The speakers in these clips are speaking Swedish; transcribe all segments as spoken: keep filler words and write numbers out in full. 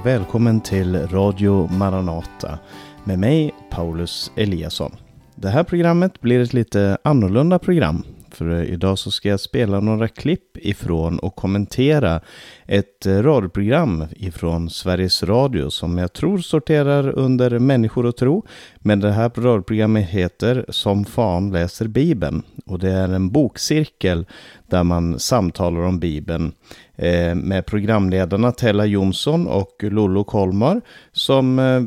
välkommen till Radio Maranata med mig, Paulus Eliasson. Det här programmet blir ett lite annorlunda program. För idag så ska jag spela några klipp ifrån och kommentera ett radioprogram ifrån Sveriges Radio som jag tror sorterar under Människor och tro. Men det här radioprogrammet heter Som fan läser Bibeln. Och det är en bokcirkel där man samtalar om Bibeln eh, med programledarna Tella Jonsson och Lollo Kolmar som, eh,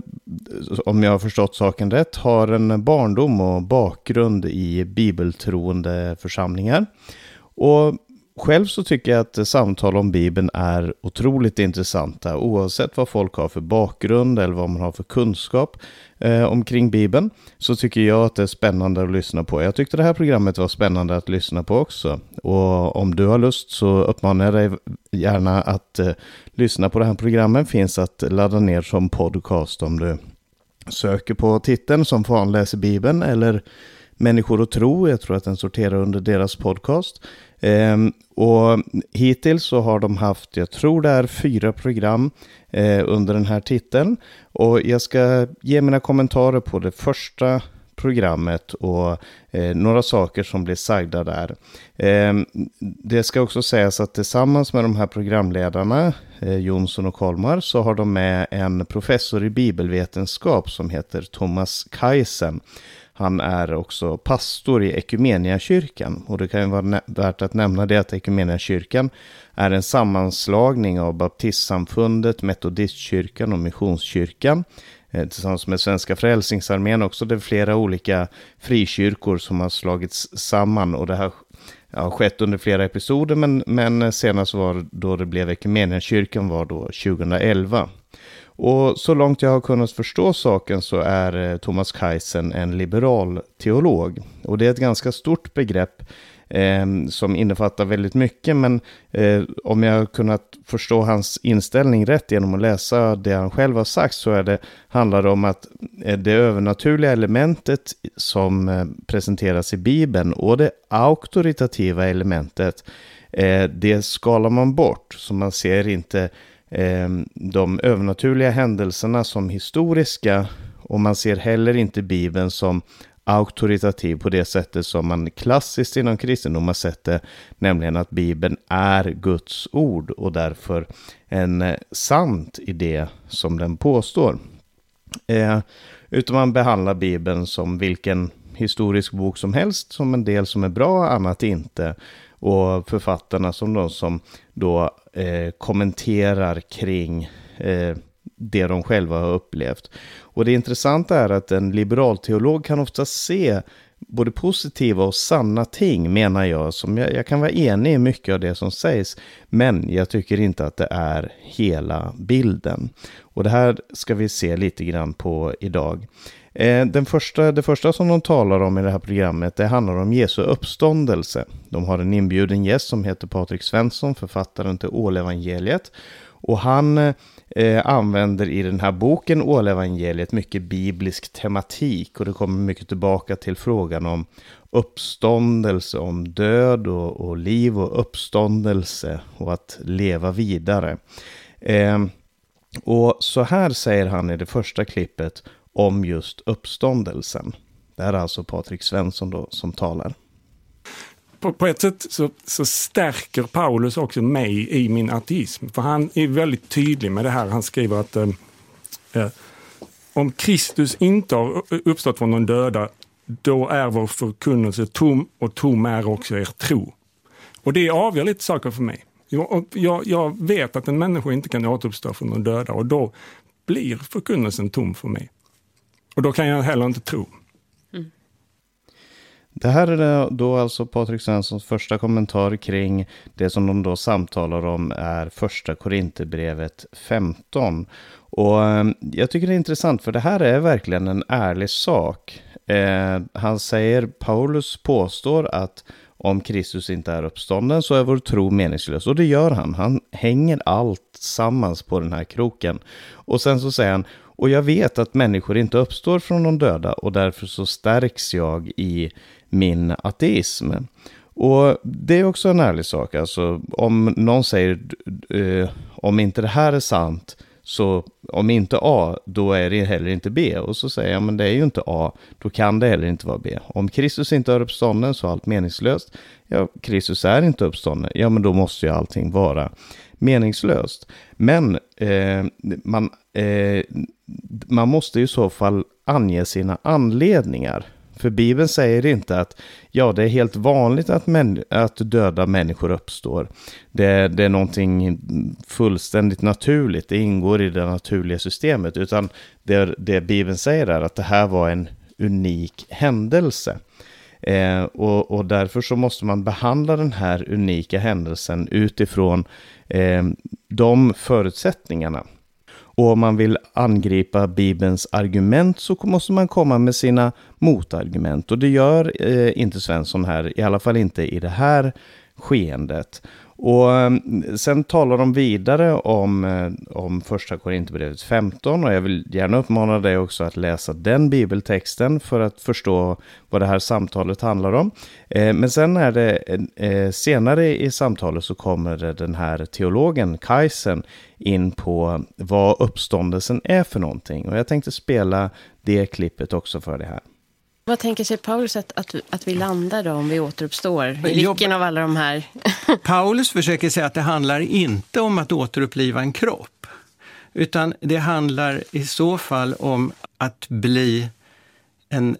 om jag har förstått saken rätt, har en barndom och bakgrund i bibeltroende församlingar. Och själv så tycker jag att samtal om Bibeln är otroligt intressanta oavsett vad folk har för bakgrund eller vad man har för kunskap eh, omkring Bibeln, så tycker jag att det är spännande att lyssna på. Jag tyckte det här programmet var spännande att lyssna på också, och om du har lust så uppmanar jag dig gärna att eh, lyssna på det här programmet. Finns att ladda ner som podcast om du söker på titeln Som fan läser Bibeln eller Människor och tro. Jag tror att den sorterar under deras podcast. Ehm, och hittills så har de haft, jag tror det är fyra program eh, under den här titeln. Och jag ska ge mina kommentarer på det första programmet och eh, några saker som blir sagda där. Eh, det ska också sägas att tillsammans med de här programledarna, eh, Jonsson och Kolmar, så har de med en professor i bibelvetenskap som heter Thomas Kajsen. Han är också pastor i Ekumeniakyrkan, och det kan ju vara nä- värt att nämna det att Ekumeniakyrkan är en sammanslagning av baptistsamfundet, metodistkyrkan och missionskyrkan eh, tillsammans med Svenska Frälsningsarmén också. Det är flera olika frikyrkor som har slagits samman, och det här har skett under flera episoder, men, men senast var då det blev Ekumeniakyrkan var då tjugoelva. Och så långt jag har kunnat förstå saken så är Thomas Kajsen en liberal teolog. Och det är ett ganska stort begrepp eh, som innefattar väldigt mycket. Men eh, om jag har kunnat förstå hans inställning rätt genom att läsa det han själv har sagt, så är det, handlar det om att det övernaturliga elementet som eh, presenteras i Bibeln och det auktoritativa elementet, eh, det skalar man bort. Så man ser inte de övernaturliga händelserna som historiska, och man ser heller inte Bibeln som auktoritativ på det sättet som man klassiskt inom kristendom har sett det, nämligen att Bibeln är Guds ord och därför en sant idé som den påstår. Eh, utan man behandlar Bibeln som vilken historisk bok som helst, som en del som är bra, annat inte. Och författarna som de som då eh, kommenterar kring eh, det de själva har upplevt. Och det intressanta är att en liberal teolog kan ofta se både positiva och sanna ting, menar jag. Som jag, jag kan vara enig i mycket av det som sägs, men jag tycker inte att det är hela bilden. Och det här ska vi se lite grann på idag. Den första, det första som de talar om i det här programmet, det handlar om Jesu uppståndelse. De har en inbjuden gäst som heter Patrik Svensson, författaren till Ålevangeliet. Och han eh, använder i den här boken Ålevangeliet mycket biblisk tematik. Och det kommer mycket tillbaka till frågan om uppståndelse, om död och, och liv och uppståndelse och att leva vidare. Eh, och så här säger han i det första klippet om just uppståndelsen. Det är alltså Patrik Svensson då som talar. På, på ett sätt så, så stärker Paulus också mig i min ateism. För han är väldigt tydlig med det här. Han skriver att eh, om Kristus inte har uppstått från de döda, då är vår förkunnelse tom, och tom är också er tro. Och det avgör lite saker för mig. Jag, jag, jag vet att en människa inte kan återuppstå från de döda, och då blir förkunnelsen tom för mig. Och då kan jag heller inte tro. Mm. Det här är då alltså Patrik Svenssons första kommentar kring det som de då samtalar om är första Korinthierbrevet femton. Och eh, jag tycker det är intressant, för det här är verkligen en ärlig sak. Eh, han säger, Paulus påstår att om Kristus inte är uppstånden så är vår tro meningslös. Och det gör han. Han hänger allt sammans på den här kroken. Och sen så säger han, och jag vet att människor inte uppstår från de döda, och därför så stärks jag i min ateism. Och det är också en ärlig sak. Alltså, om någon säger, eh, om inte det här är sant, Så om inte A, då är det heller inte B. Och så säger jag, men det är ju inte A, då kan det heller inte vara B. Om Kristus inte är uppstånden så är allt meningslöst. Ja, Kristus är inte uppstånden. Ja, men då måste ju allting vara meningslöst. Men eh, man, eh, man måste i så fall ange sina anledningar. För Bibeln säger inte att ja, det är helt vanligt att, män, att döda människor uppstår. Det, det är någonting fullständigt naturligt. Det ingår i det naturliga systemet. Utan det, det Bibeln säger är att det här var en unik händelse. Eh, och, och därför så måste man behandla den här unika händelsen utifrån eh, de förutsättningarna. Och om man vill angripa Bibelns argument så måste man komma med sina motargument. Och det gör eh, inte Svensson här, i alla fall inte i det här skeendet. Och eh, sen talar de vidare om, eh, om första Korinthierbrevet femton, och jag vill gärna uppmana dig också att läsa den bibeltexten för att förstå vad det här samtalet handlar om. Eh, men sen är det eh, senare i samtalet så kommer det den här teologen Kajsen in på vad uppståndelsen är för någonting. Och jag tänkte spela det klippet också för det här. Vad tänker sig Paulus att, att, att vi landar då om vi återuppstår? I vilken av alla de här? Paulus försöker säga att det handlar inte om att återuppliva en kropp. Utan det handlar i så fall om att bli en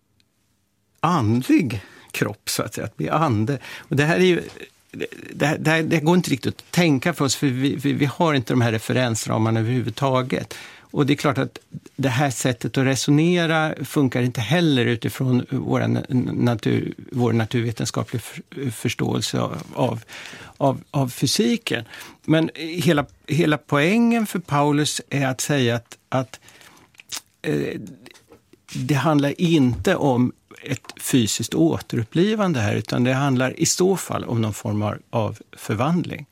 andlig kropp, så att säga. Att bli ande. Och det här är ju... Det, här, det, här, det går inte riktigt att tänka för oss, för vi, vi, vi har inte de här referensramarna överhuvudtaget. Och det är klart att det här sättet att resonera funkar inte heller utifrån vår, natur, vår naturvetenskapliga för, förståelse av, av, av fysiken. Men hela, hela poängen för Paulus är att säga att, att eh, det handlar inte om ett fysiskt återupplivande här, utan det handlar i så fall om någon form av förvandling.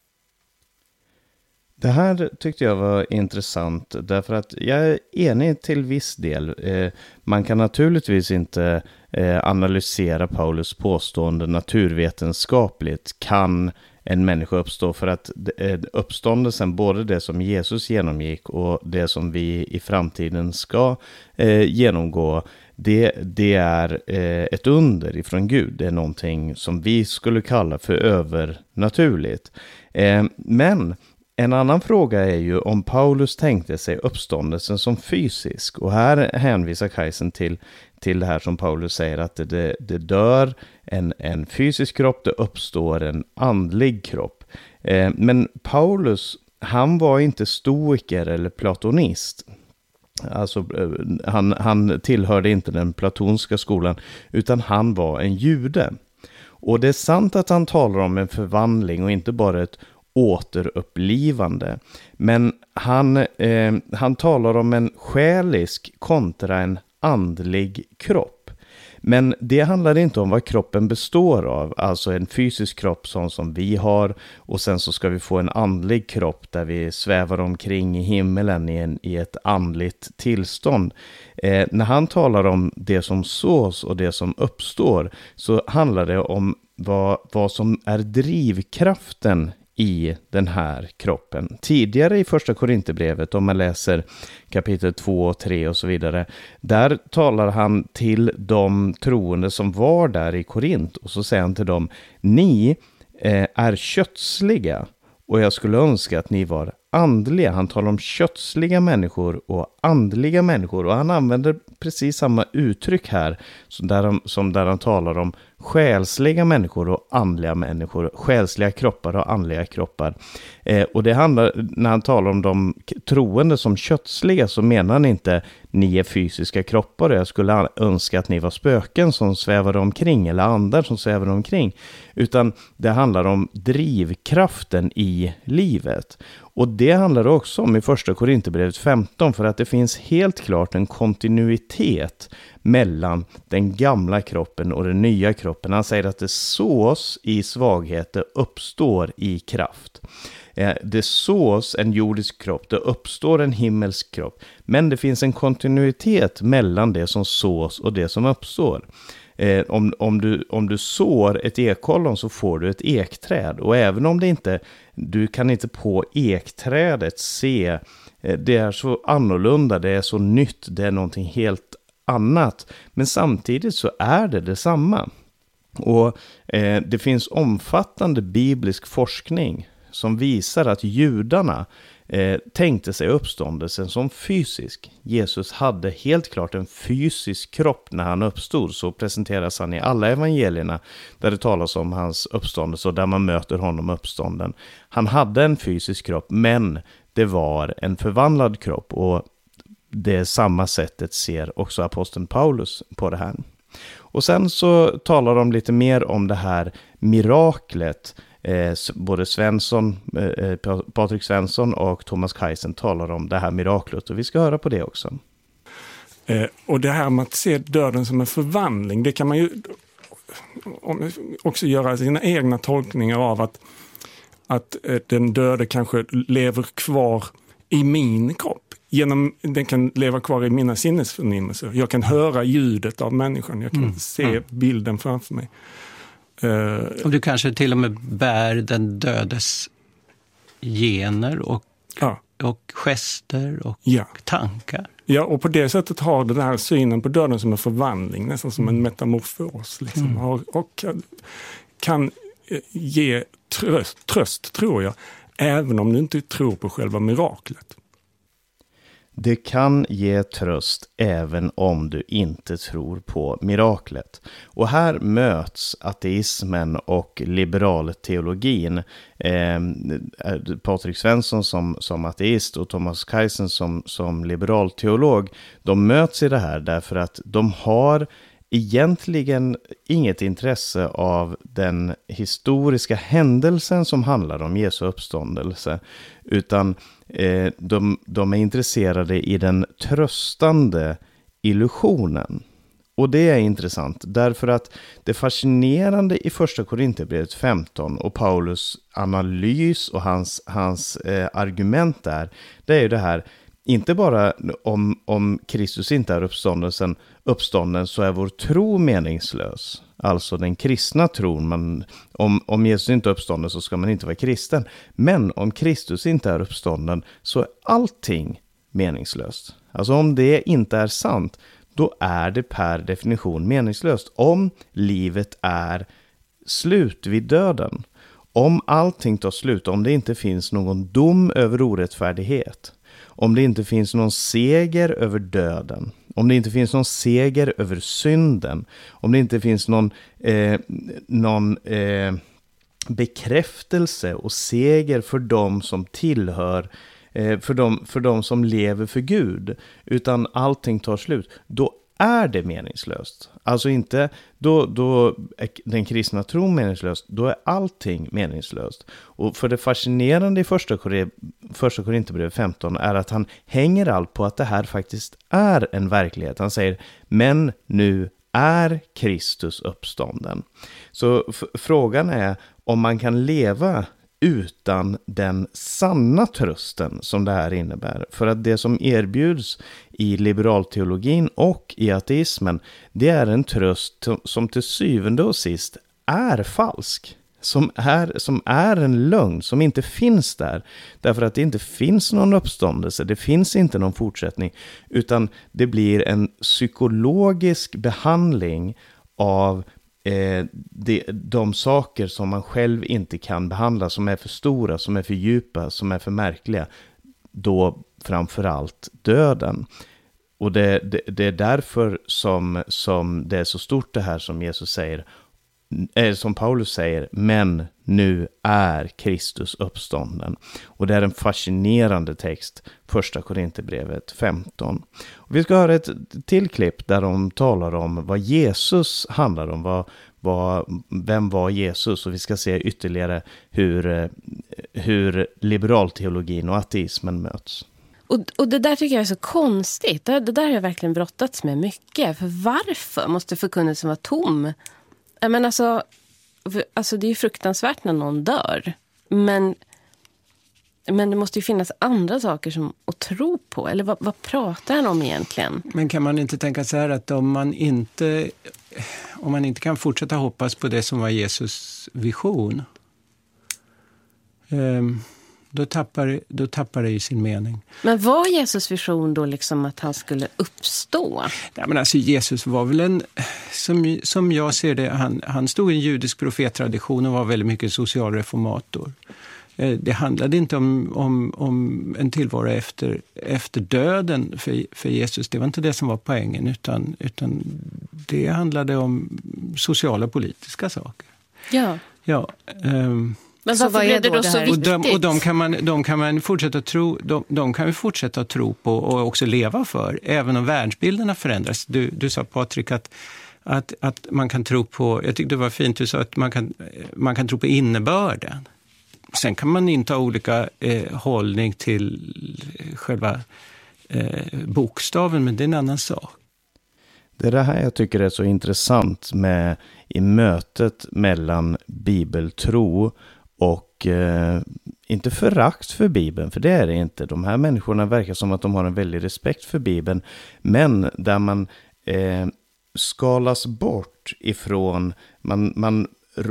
Det här tyckte jag var intressant därför att jag är enig till viss del. Eh, man kan naturligtvis inte eh, analysera Paulus påstående naturvetenskapligt. Kan en människa uppstå? För att eh, uppståndelsen, både det som Jesus genomgick och det som vi i framtiden ska eh, genomgå, det, det är eh, ett under ifrån Gud. Det är någonting som vi skulle kalla för övernaturligt. Eh, men en annan fråga är ju om Paulus tänkte sig uppståndelsen som fysisk. Och här hänvisar Kajsen till, till det här som Paulus säger, att det, det dör en, en fysisk kropp, det uppstår en andlig kropp. Eh, men Paulus, han var inte stoiker eller platonist. Alltså han, han tillhörde inte den platonska skolan, utan han var en jude. Och det är sant att han talar om en förvandling och inte bara ett återupplivande. Men han, eh, han talar om en själisk kontra en andlig kropp. Men det handlar inte om vad kroppen består av, alltså en fysisk kropp sån som vi har, och sen så ska vi få en andlig kropp där vi svävar omkring i himmelen i, en, i ett andligt tillstånd. Eh, när han talar om det som sås och det som uppstår, så handlar det om vad, vad som är drivkraften i den här kroppen. Tidigare i första Korinthierbrevet, om man läser kapitel två och tre och så vidare, där talar han till de troende som var där i Korint, och så säger han till dem: ni eh, är kötsliga och jag skulle önska att ni var andliga. Han talar om kötsliga människor och andliga människor, och han använder precis samma uttryck här som där han, som där han talar om själsliga människor och andliga människor, själsliga kroppar och andliga kroppar. Eh, och det handlar, när han talar om de troende som kötsliga, så menar han inte ni är fysiska kroppar och jag skulle önska att ni var spöken som svävade omkring eller andar som svävade omkring, utan det handlar om drivkraften i livet. Och det handlar också om i första Korinthierbrevet femton, för att det finns helt klart en kontinuitet mellan den gamla kroppen och den nya kroppen. Han säger att det sås i svaghet, det uppstår i kraft. Det sås en jordisk kropp, det uppstår en himmelsk kropp. Men det finns en kontinuitet mellan det som sås och det som uppstår. Eh, om, om, du, om du sår ett ekollon så får du ett ekträd. Och även om det inte, du kan inte på ekträdet se, eh, det är så annorlunda, det är så nytt, det är någonting helt annat. Men samtidigt så är det detsamma. Och eh, det finns omfattande biblisk forskning som visar att judarna eh, tänkte sig uppståndelsen som fysisk. Jesus hade helt klart en fysisk kropp när han uppstod. Så presenteras han i alla evangelierna där det talas om hans uppståndelse och där man möter honom uppstånden. Han hade en fysisk kropp, men det var en förvandlad kropp, och det samma sättet ser också aposteln Paulus på det här. Och sen så talar de lite mer om det här miraklet. Eh, både Svensson, eh, Patrik Svensson och Thomas Kajsen talar om det här miraklet, och vi ska höra på det också. Eh, och det här med att se döden som en förvandling, det kan man ju också göra sina egna tolkningar av, att, att eh, den döde kanske lever kvar i min kropp. Genom, den kan leva kvar i mina sinnesförnimmelser. Jag kan höra ljudet av människan. Jag kan mm. se mm. bilden framför mig. Uh, och du kanske till och med bär den dödes gener och, ja. och gester och ja. tankar. Ja, och på det sättet har den här synen på döden som en förvandling, nästan som en metamorfos. Liksom, mm. och, och kan ge tröst, tröst, tror jag, även om du inte tror på själva miraklet. Det kan ge tröst även om du inte tror på miraklet. Och här möts ateismen och liberalteologin. Eh, Patrik Svensson som, som ateist och Thomas Kajsen som, som liberalteolog. De möts i det här därför att de har egentligen inget intresse av den historiska händelsen som handlar om Jesu uppståndelse, utan eh, de, de är intresserade i den tröstande illusionen. Och det är intressant därför att det fascinerande i första Korinthierbrevet femton och Paulus analys och hans, hans eh, argument där, det är ju det här, inte bara om, om Kristus inte är uppståndelsen, uppstånden så är vår tro meningslös. Alltså den kristna tron. Man, om, om Jesus inte är uppstånden så ska man inte vara kristen. Men om Kristus inte är uppstånden så är allting meningslöst. Alltså om det inte är sant, då är det per definition meningslöst. Om livet är slut vid döden. Om allting tar slut, om det inte finns någon dom över orättfärdighet. Om det inte finns någon seger över döden, om det inte finns någon seger över synden, om det inte finns någon, eh, någon eh, bekräftelse och seger för dem som tillhör, eh, för, dem, för dem som lever för Gud, utan allting tar slut, då är det meningslöst. Alltså inte, då, då är den kristna tron meningslöst, då är allting meningslöst. Och för det fascinerande i första, första Korinthierbrevet femton är att han hänger allt på att det här faktiskt är en verklighet. Han säger, men nu är Kristus uppstånden. Så f- frågan är om man kan leva utan den sanna trösten som det här innebär. För att det som erbjuds i liberalteologin och i ateismen, det är en tröst som till syvende och sist är falsk. Som är, som är en lögn, som inte finns där. Därför att det inte finns någon uppståndelse, det finns inte någon fortsättning. Utan det blir en psykologisk behandling av Eh, de, de saker som man själv inte kan behandla, som är för stora, som är för djupa, som är för märkliga, då framförallt döden. Och det, det, det är därför som, som det är så stort det här som Jesus säger, eh, som Paulus säger, men nu är Kristus uppstånden. Och det är en fascinerande text, första Korinthierbrevet femton. Och vi ska höra ett till klipp där de talar om vad Jesus handlar om, vad, vad, vem var Jesus, och vi ska se ytterligare hur, hur liberalteologin och ateismen möts. Och, och det där tycker jag är så konstigt. Det, det där har jag verkligen brottats med mycket. För varför måste förkunnelsen vara tom? Jag menar alltså, alltså det är ju fruktansvärt när någon dör. Men, men det måste ju finnas andra saker som att tro på. Eller vad, vad pratar han om egentligen? Men kan man inte tänka så här att om man inte, om man inte kan fortsätta hoppas på det som var Jesus vision, um, Då tappar, då tappar det ju sin mening. Men var Jesus vision då liksom att han skulle uppstå? Ja, men alltså Jesus var väl en, som, som jag ser det, han, han stod i en judisk profettradition och var väldigt mycket socialreformator. Det handlade inte om, om, om en tillvaro efter, efter döden för, för Jesus. Det var inte det som var poängen, utan, utan det handlade om sociala och politiska saker. Ja. Ja, um, men så varför blev det då så viktigt? Och, de, och de, kan man, de kan man fortsätta tro, de, de kan vi fortsätta tro på och också leva för, även om världsbilderna förändras. Du, du sa, Patrik, att, att, att man kan tro på, jag tyckte det var fint, du sa att man kan, man kan tro på innebörden. Sen kan man inte ha olika eh, hållning till själva eh, bokstaven, men det är en annan sak. Det är det här jag tycker är så intressant med i mötet mellan bibeltro och eh, inte förakt för Bibeln, för det är det inte. De här människorna verkar som att de har en väldig respekt för Bibeln, men där man eh, skalas bort ifrån, man, man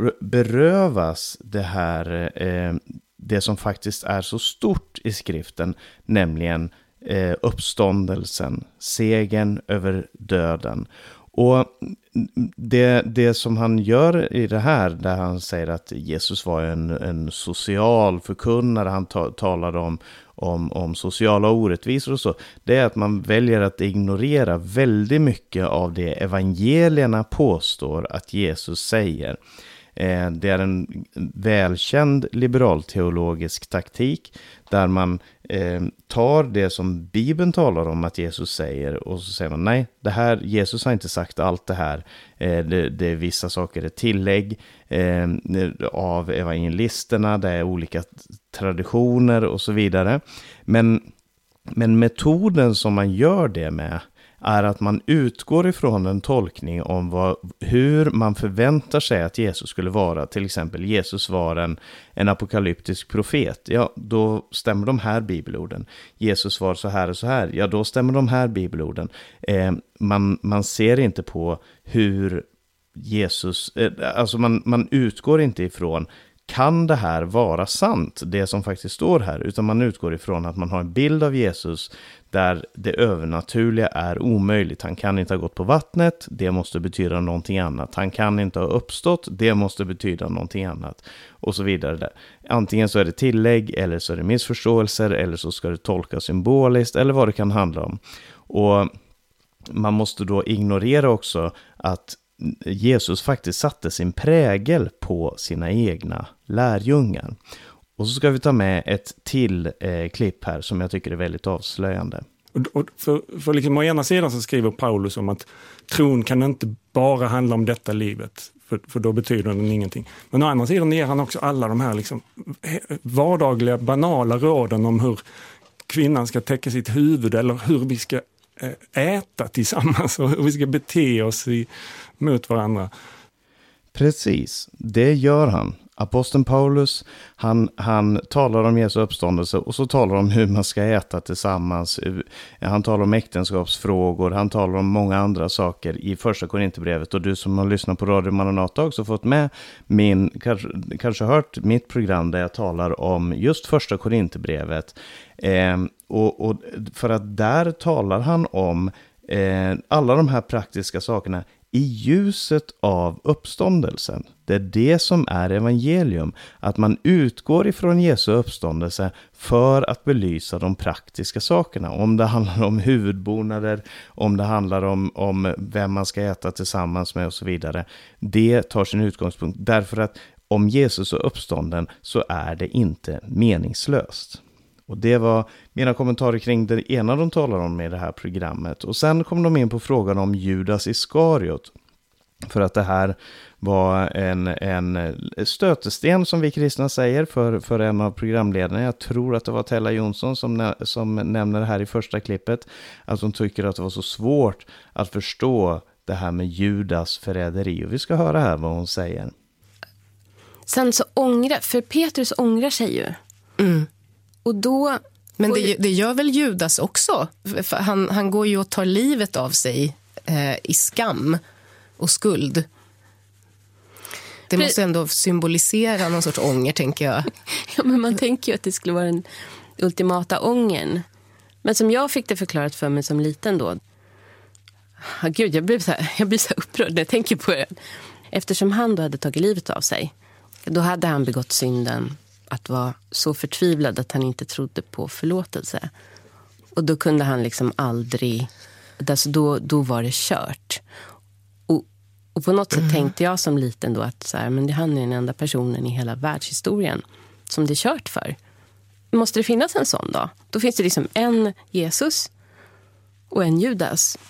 berövas det här, eh, det som faktiskt är så stort i skriften, nämligen eh, uppståndelsen, segern över döden. Och det, det som han gör i det här, där han säger att Jesus var en, en social förkunnare, han ta, talade om, om, om sociala orättvisor och så, det är att man väljer att ignorera väldigt mycket av det evangelierna påstår att Jesus säger. Eh, det är en välkänd liberalteologisk taktik där man eh, tar det som Bibeln talar om att Jesus säger och så säger man nej, det här, Jesus har inte sagt allt det här. Eh, det, det är vissa saker, är tillägg eh, av evangelisterna, det är olika traditioner och så vidare. Men, men metoden som man gör det med är att man utgår ifrån en tolkning om vad, hur man förväntar sig att Jesus skulle vara. Till exempel, Jesus var en, en apokalyptisk profet. Ja, då stämmer de här bibelorden. Jesus var så här och så här. Ja, då stämmer de här bibelorden. Eh, man, man ser inte på hur Jesus... Eh, alltså man, man utgår inte ifrån, kan det här vara sant, det som faktiskt står här? Utan man utgår ifrån att man har en bild av Jesus där det övernaturliga är omöjligt. Han kan inte ha gått på vattnet, det måste betyda någonting annat. Han kan inte ha uppstått, det måste betyda någonting annat. Och så vidare där. Antingen så är det tillägg, eller så är det missförståelser, eller så ska det tolkas symboliskt, eller vad det kan handla om. Och man måste då ignorera också att Jesus faktiskt satte sin prägel på sina egna lärjungar. Och så ska vi ta med ett till eh, klipp här som jag tycker är väldigt avslöjande. Och, och för, för liksom å ena sidan så skriver Paulus om att tron kan inte bara handla om detta livet, för, för då betyder den ingenting. Men å andra sidan ger han också alla de här liksom vardagliga, banala råden om hur kvinnan ska täcka sitt huvud, eller hur vi ska äta tillsammans och hur vi ska bete oss i, mot varandra. Precis, det gör han. Aposteln Paulus, han, han talar om Jesu uppståndelse och så talar om hur man ska äta tillsammans. Han talar om äktenskapsfrågor, han talar om många andra saker i första Korinthierbrevet. Och du som har lyssnat på Radio Maranata också fått med min, kanske, kanske hört mitt program där jag talar om just första Korinthierbrevet. Eh, och, och för att där talar han om eh, alla de här praktiska sakerna i ljuset av uppståndelsen. Det är det som är evangelium. Att man utgår ifrån Jesu uppståndelse för att belysa de praktiska sakerna. Om det handlar om huvudbonader, om det handlar om, om vem man ska äta tillsammans med och så vidare. Det tar sin utgångspunkt. Därför att om Jesus och uppstånden så är det inte meningslöst. Och det var mina kommentarer kring det ena de talar om i det här programmet. Och sen kom de in på frågan om Judas Iskariot. För att det här var en, en stötesten som vi kristna säger för, för en av programledarna. Jag tror att det var Tella Jonsson som, som nämner det här i första klippet. Att hon tycker att det var så svårt att förstå det här med Judas förräderi. Och vi ska höra här vad hon säger. Sen så ångrar, för Petrus ångrar sig ju. Mm. Och då... Men det, det gör väl Judas också? Han, han går ju och tar livet av sig eh, i skam och skuld. Det måste ändå symbolisera någon sorts ånger, tänker jag. Ja, men man tänker ju att det skulle vara den ultimata ångern. Men som jag fick det förklarat för mig som liten då. Ah, gud, jag blir så här, jag blir så här upprörd när jag tänker på det. Eftersom han då hade tagit livet av sig. Då hade han begått synden att vara så förtvivlad att han inte trodde på förlåtelse. Och då kunde han liksom aldrig... Alltså då, då var det kört. Och, och på något sätt mm. tänkte jag som liten då att så här, men det han är den enda personen i hela världshistorien som det är kört för. Måste det finnas en sån då? Då finns det liksom en Jesus och en Judas.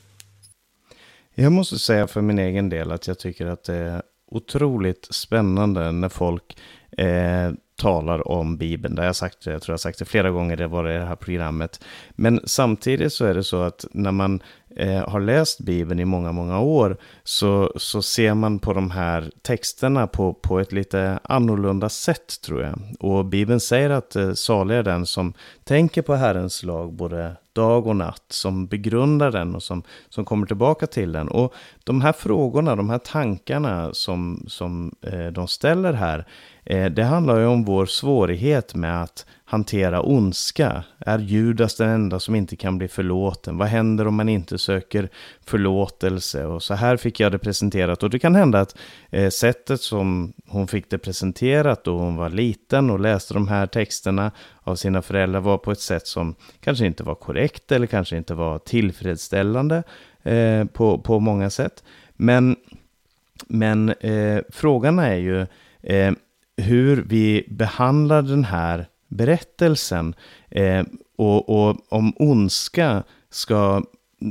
Jag måste säga för min egen del att jag tycker att det är otroligt spännande när folk eh, talar om Bibeln. Det har jag sagt, jag tror jag har sagt det flera gånger, det var det här programmet. Men samtidigt så är det så att när man eh, har läst Bibeln i många, många år så, så ser man på de här texterna på, på ett lite annorlunda sätt, tror jag. Och Bibeln säger att eh, salig är den som tänker på Herrens lag både dag och natt, som begrundar den och som, som kommer tillbaka till den. Och de här frågorna, de här tankarna som, som eh, de ställer här, eh, det handlar ju om vår svårighet med att hantera ondska. Är Judas den enda som inte kan bli förlåten? Vad händer om man inte söker förlåtelse? Och så här fick jag det presenterat. Och det kan hända att eh, sättet som hon fick det presenterat då hon var liten och läste de här texterna av sina föräldrar var på ett sätt som kanske inte var korrekt eller kanske inte var tillfredsställande eh, på, på många sätt. Men, men eh, frågan är ju eh, hur vi behandlar den här berättelsen eh, och, och om ondska ska...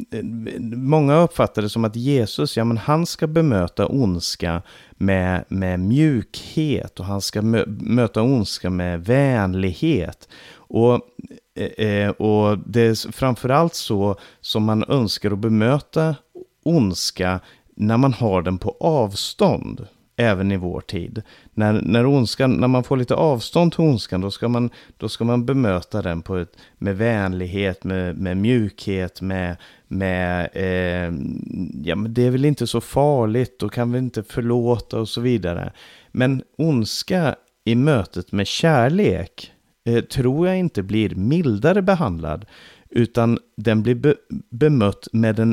Många uppfattar det som att Jesus, ja, men han ska bemöta ondska med, med mjukhet och han ska mö, möta ondska med vänlighet. Och, eh, och det är framförallt så som man önskar att bemöta ondska när man har den på avstånd. Även i vår tid. När, när, ondskan, när man får lite avstånd till ondskan, då ska man, då ska man bemöta den på ett, med vänlighet, med, med mjukhet, med, med eh, ja, men det är väl inte så farligt, då kan vi inte förlåta och så vidare. Men ondska i mötet med kärlek eh, tror jag inte blir mildare behandlad, utan den blir be- bemött med den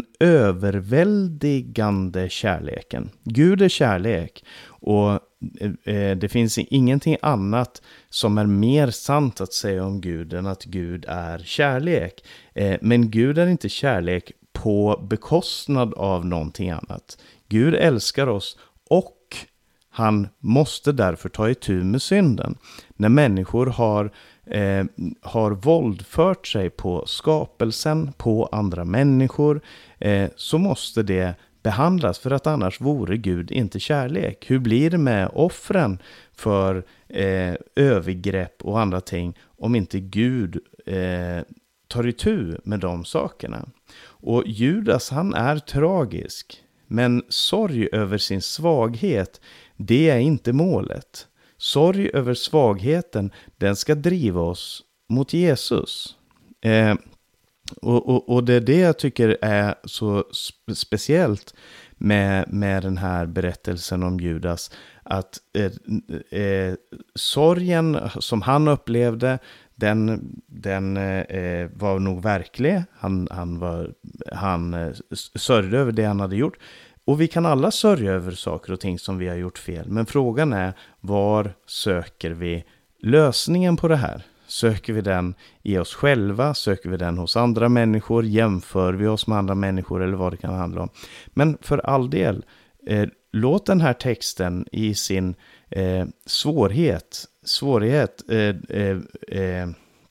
överväldigande kärleken. Gud är kärlek och eh, det finns ingenting annat som är mer sant att säga om Gud än att Gud är kärlek. Eh, men Gud är inte kärlek på bekostnad av någonting annat. Gud älskar oss och han måste därför ta itu med synden. När människor har Eh, har våldfört sig på skapelsen, på andra människor, eh, så måste det behandlas, för att annars vore Gud inte kärlek. Hur blir det med offren för eh, övergrepp och andra ting om inte Gud eh, tar itu med de sakerna? Och Judas, han är tragisk, men sorg över sin svaghet, det är inte målet. Sorg över svagheten, den ska driva oss mot Jesus. Eh, och, och, och det är det jag tycker är så spe- speciellt med, med den här berättelsen om Judas. Att eh, eh, sorgen som han upplevde, den, den eh, var nog verklig. Han, han, var, han eh, sörjde över det han hade gjort. Och vi kan alla sörja över saker och ting som vi har gjort fel. Men frågan är, var söker vi lösningen på det här? Söker vi den i oss själva? Söker vi den hos andra människor? Jämför vi oss med andra människor eller vad det kan handla om? Men för all del, eh, låt den här texten i sin eh, svårighet, svårighet eh, eh, eh,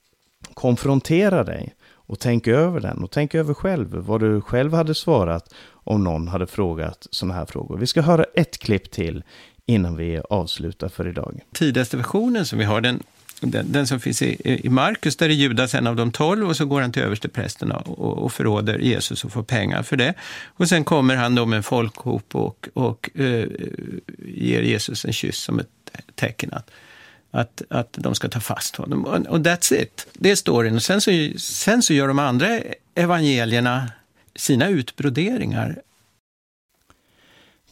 konfrontera dig. Och tänk över den och tänk över själv vad du själv hade svarat om någon hade frågat sådana här frågor. Vi ska höra ett klipp till innan vi avslutar för idag. Tidigaste versionen som vi har, den, den, den som finns i, i Markus, där är Judas en av de tolv och så går han till översteprästerna och, och förråder Jesus och får pengar för det. Och sen kommer han då med en folkhop och, och uh, ger Jesus en kyss som ett tecken att Att, att de ska ta fast honom. Och, och that's it. Det är storyn. Och sen så, sen så gör de andra evangelierna sina utbroderingar.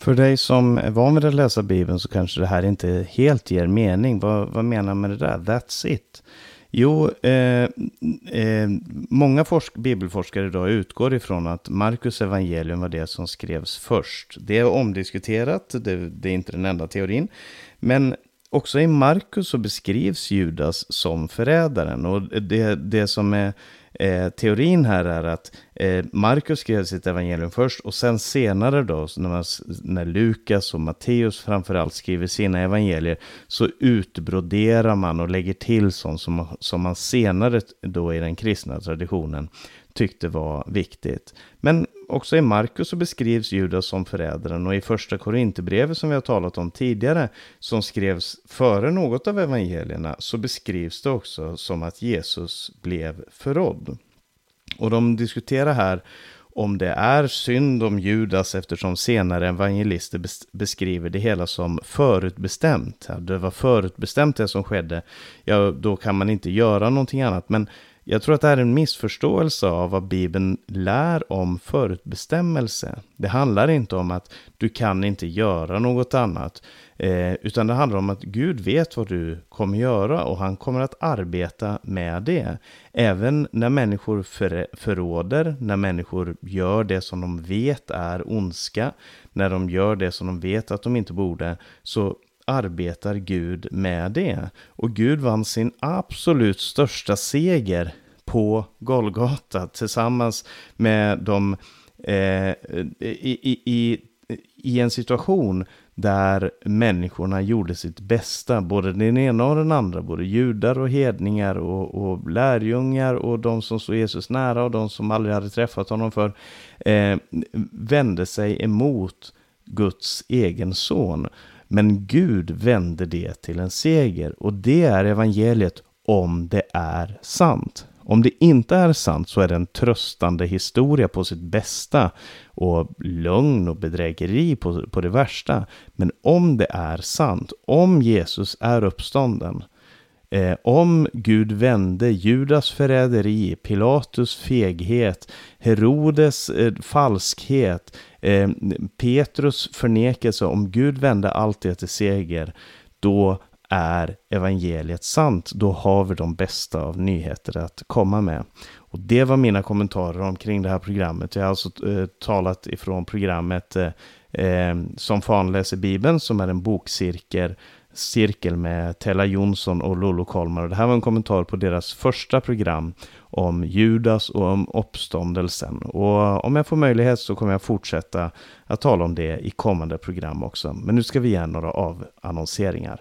För dig som är van vid att läsa Bibeln så kanske det här inte helt ger mening. Vad, vad menar man med det där? That's it. Jo, eh, eh, många forsk- bibelforskare idag utgår ifrån att Markus evangelium var det som skrevs först. Det är omdiskuterat, det, det är inte den enda teorin. Men också i Markus så beskrivs Judas som förrädaren. Och det, det som är eh, teorin här är att eh, Markus skrev sitt evangelium först. Och sen senare då, när, man, när Lukas och Matteus framförallt skriver sina evangelier, så utbroderar man och lägger till sånt som, som man senare då i den kristna traditionen tyckte var viktigt. Men också i Markus så beskrivs Judas som förrädaren, och i första Korinthierbrevet som vi har talat om tidigare, som skrevs före något av evangelierna, så beskrivs det också som att Jesus blev förrådd. Och de diskuterar här om det är synd om Judas, eftersom senare evangelister beskriver det hela som förutbestämt. Ja, det var förutbestämt det som skedde. Ja, då kan man inte göra någonting annat. Men jag tror att det är en missförståelse av vad Bibeln lär om förutbestämmelse. Det handlar inte om att du kan inte göra något annat. Eh, utan det handlar om att Gud vet vad du kommer göra, och han kommer att arbeta med det. Även när människor för, förråder, när människor gör det som de vet är ondska, när de gör det som de vet att de inte borde, så arbetar Gud med det. Och Gud vann sin absolut största seger på Golgata tillsammans med de eh, i, i, i, i en situation där människorna gjorde sitt bästa, både den ena och den andra, både judar och hedningar och, och lärjungar och de som stod Jesus nära och de som aldrig hade träffat honom för, eh, vände sig emot Guds egen son. Men Gud vände det till en seger, och det är evangeliet om det är sant. Om det inte är sant så är det en tröstande historia på sitt bästa och lögn och bedrägeri på, på det värsta. Men om det är sant, om Jesus är uppstånden, eh, om Gud vände Judas förräderi, Pilatus feghet, Herodes eh, falskhet, eh, Petrus förnekelse, om Gud vände allt det till seger, då är evangeliet sant. Då har vi de bästa av nyheter att komma med. Och det var mina kommentarer omkring det här programmet. Jag har alltså eh, talat ifrån programmet eh, som fan läser Bibeln, som är en bokcirkel cirkel med Tella Jonsson och Lolo Kolmar. Och det här var en kommentar på deras första program om Judas och om uppståndelsen. Och om jag får möjlighet så kommer jag fortsätta att tala om det i kommande program också. Men nu ska vi ge några avannonseringar.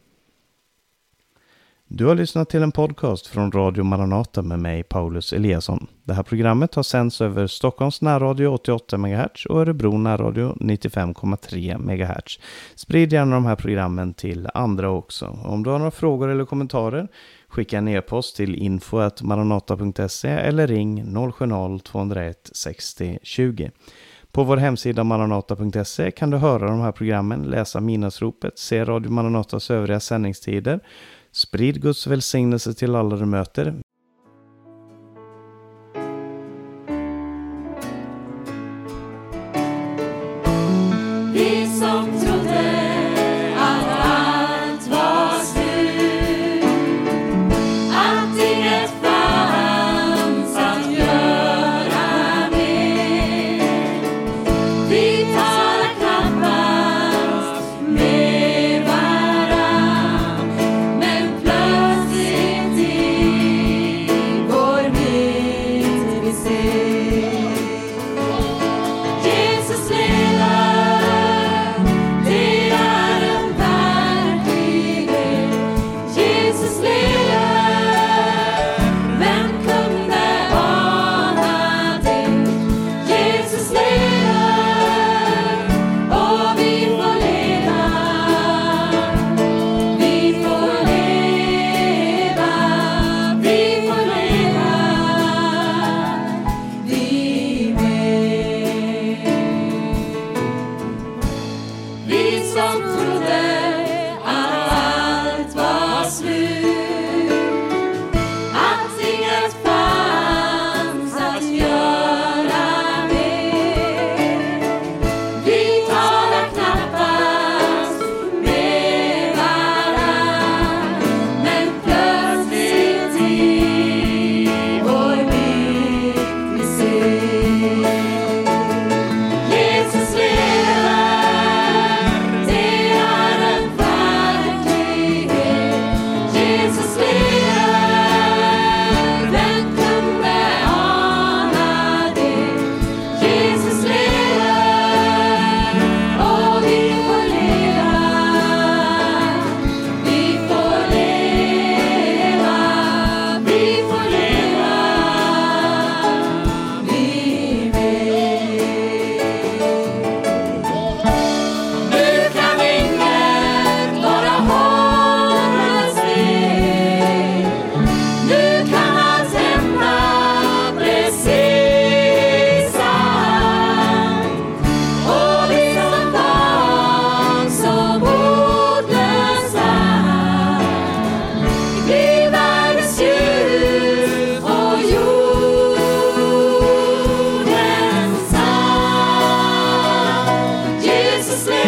Du har lyssnat till en podcast från Radio Maranata med mig, Paulus Eliasson. Det här programmet har sänds över Stockholms närradio åttioåtta megahertz och Örebro närradio nittiofem komma tre megahertz. Sprid gärna de här programmen till andra också. Om du har några frågor eller kommentarer, skicka en e-post till info at maranata punkt se eller ring noll sju noll två noll ett sextio tjugo. På vår hemsida maranata punkt se kan du höra de här programmen, läsa minnesropet, se Radio Maranatas övriga sändningstider. Sprid Guds välsignelse till alla du möter. Vi som trodde att allt var slut, att inget fanns att göra mer. Vi talar knappast med varann, men plötsligt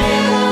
leva